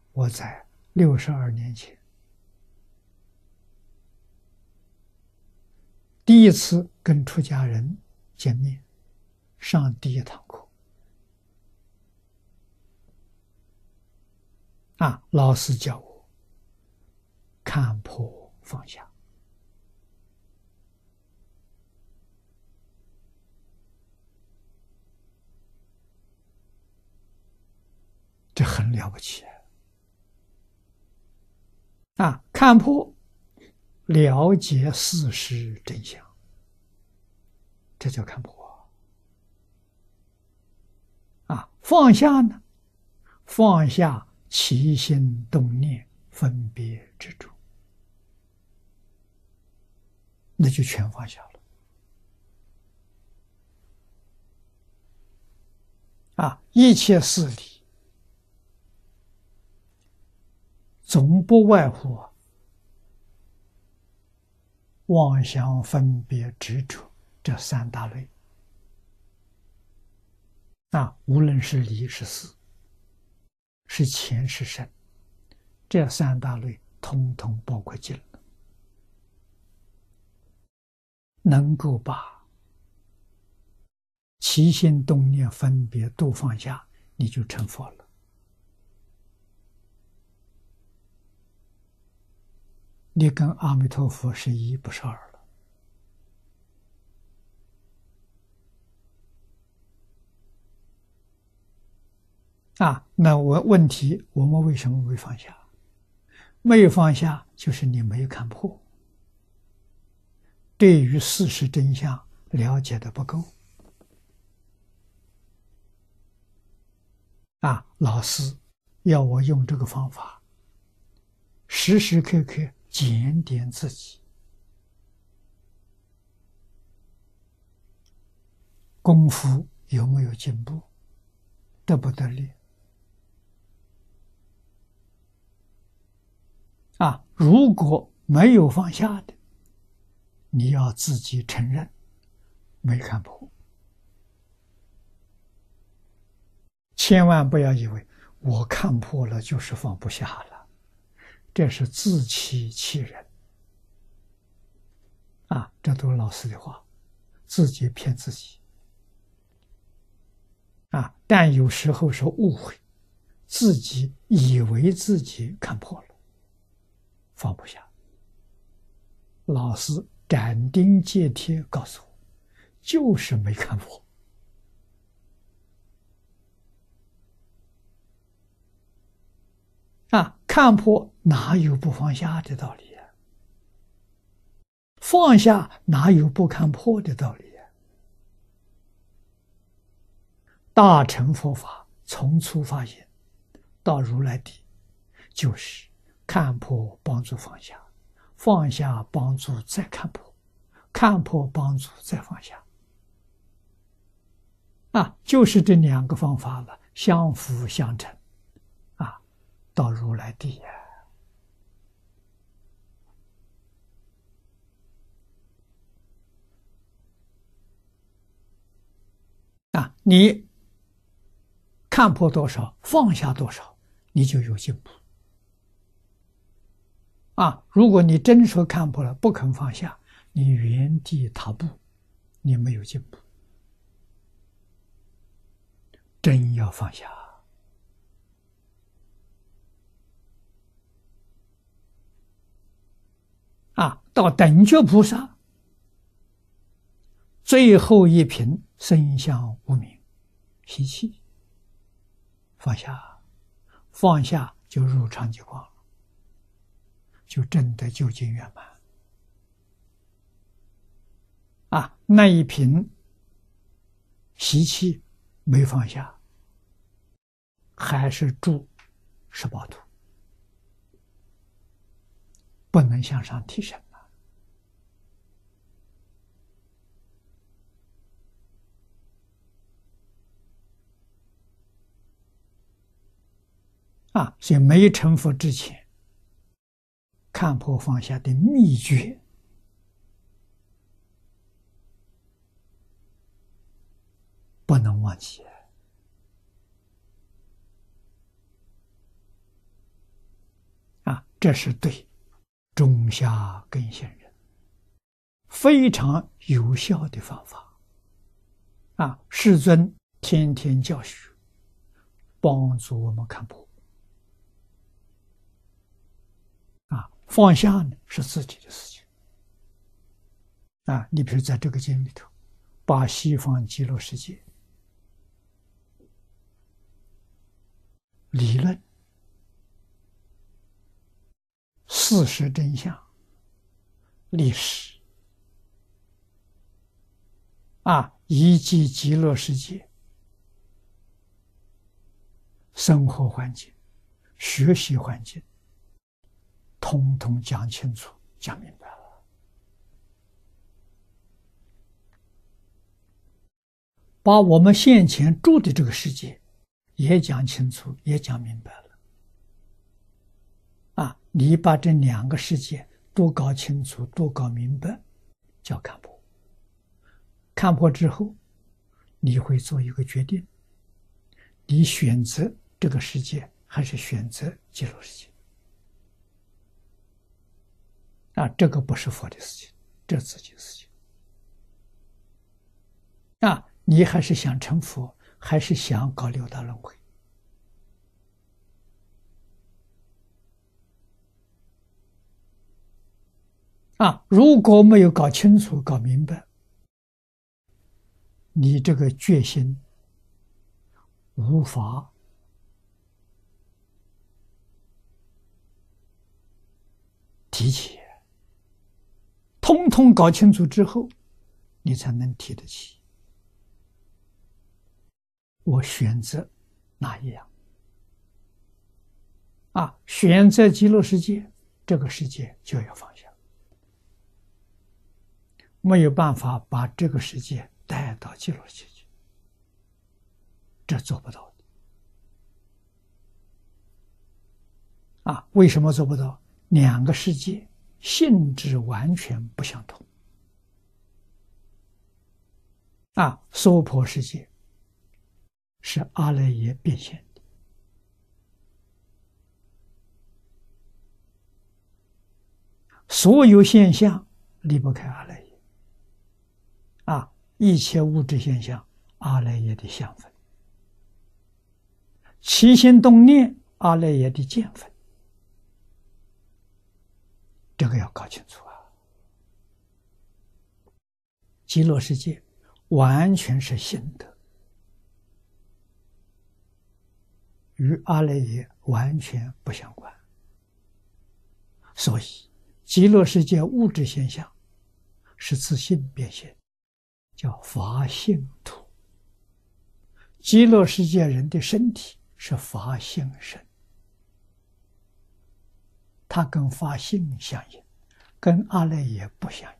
我在62年前第一次跟出家人见面，上第一堂课。老师教我看破放下。这很了不起看破，了解事实真相，这叫看破放下呢？放下起心动念、分别执着，那就全放下了一切事理总不外乎妄想、分别、执着这三大类无论是理是事，是前是身，这三大类统统包括进了，能够把起心动念、分别都放下，你就成佛了。你跟阿弥陀佛是一，不是二了。那问题，我们为什么没放下？没有放下，就是你没有看破，对于事实真相了解的不够。老师要我用这个方法，时时刻刻检点自己，功夫有没有进步，得不得力如果没有放下的，你要自己承认没看破，千万不要以为我看破了就是放不下了，这是自欺欺人这都是老师的话，自己骗自己但有时候是误会，自己以为自己看破了，放不下。老师斩钉截铁告诉我，就是没看破看破哪有不放下的道理放下哪有不看破的道理大乘佛法从初发现到如来地，就是看破帮助放下，放下帮助再看破，看破帮助再放下就是这两个方法了，相辅相成到如来地你看破多少，放下多少，你就有进步如果你真说看破了，不肯放下，你原地踏步，你没有进步。真要放下到等觉菩萨最后一品生相无明习气，放下，放下就入常寂光了，就证得究竟圆满那一品习气没放下，还是住18土，不能向上提升所以没成佛之前，看破放下的秘诀不能忘记这是对中下根性人非常有效的方法啊！世尊天天教学，帮助我们看破啊！放下呢是自己的事情啊！你比如在这个经里头，把西方极乐世界理论、事实真相、历史啊，以及极乐世界生活环境、学习环境，统统讲清楚、讲明白了，把我们现前住的这个世界也讲清楚、也讲明白了。啊，你把这两个世界都搞清楚、都搞明白，叫看破。看破之后，你会做一个决定：你选择这个世界，还是选择极乐世界？啊，这个不是佛的事情，这是自己的事情。啊，你还是想成佛，还是想搞六道轮回？啊，如果没有搞清楚、搞明白，你这个决心无法提起，通通搞清楚之后，你才能提得起。我选择哪一样？啊，选择极乐世界，这个世界就要放下。没有办法把这个世界带到极乐世界去，这做不到的。啊，为什么做不到？两个世界性质完全不相同。啊，娑婆世界是阿赖耶变现的，所有现象离不开阿赖耶。啊，一切物质现象，阿赖耶的相分；起心动念，阿赖耶的见分。这个要搞清楚啊！极乐世界完全是心得，与阿赖耶完全不相关。所以，极乐世界物质现象是自性变现，叫法性土。极乐世界人的身体是法性身，它跟法性相应，跟阿赖耶不相应。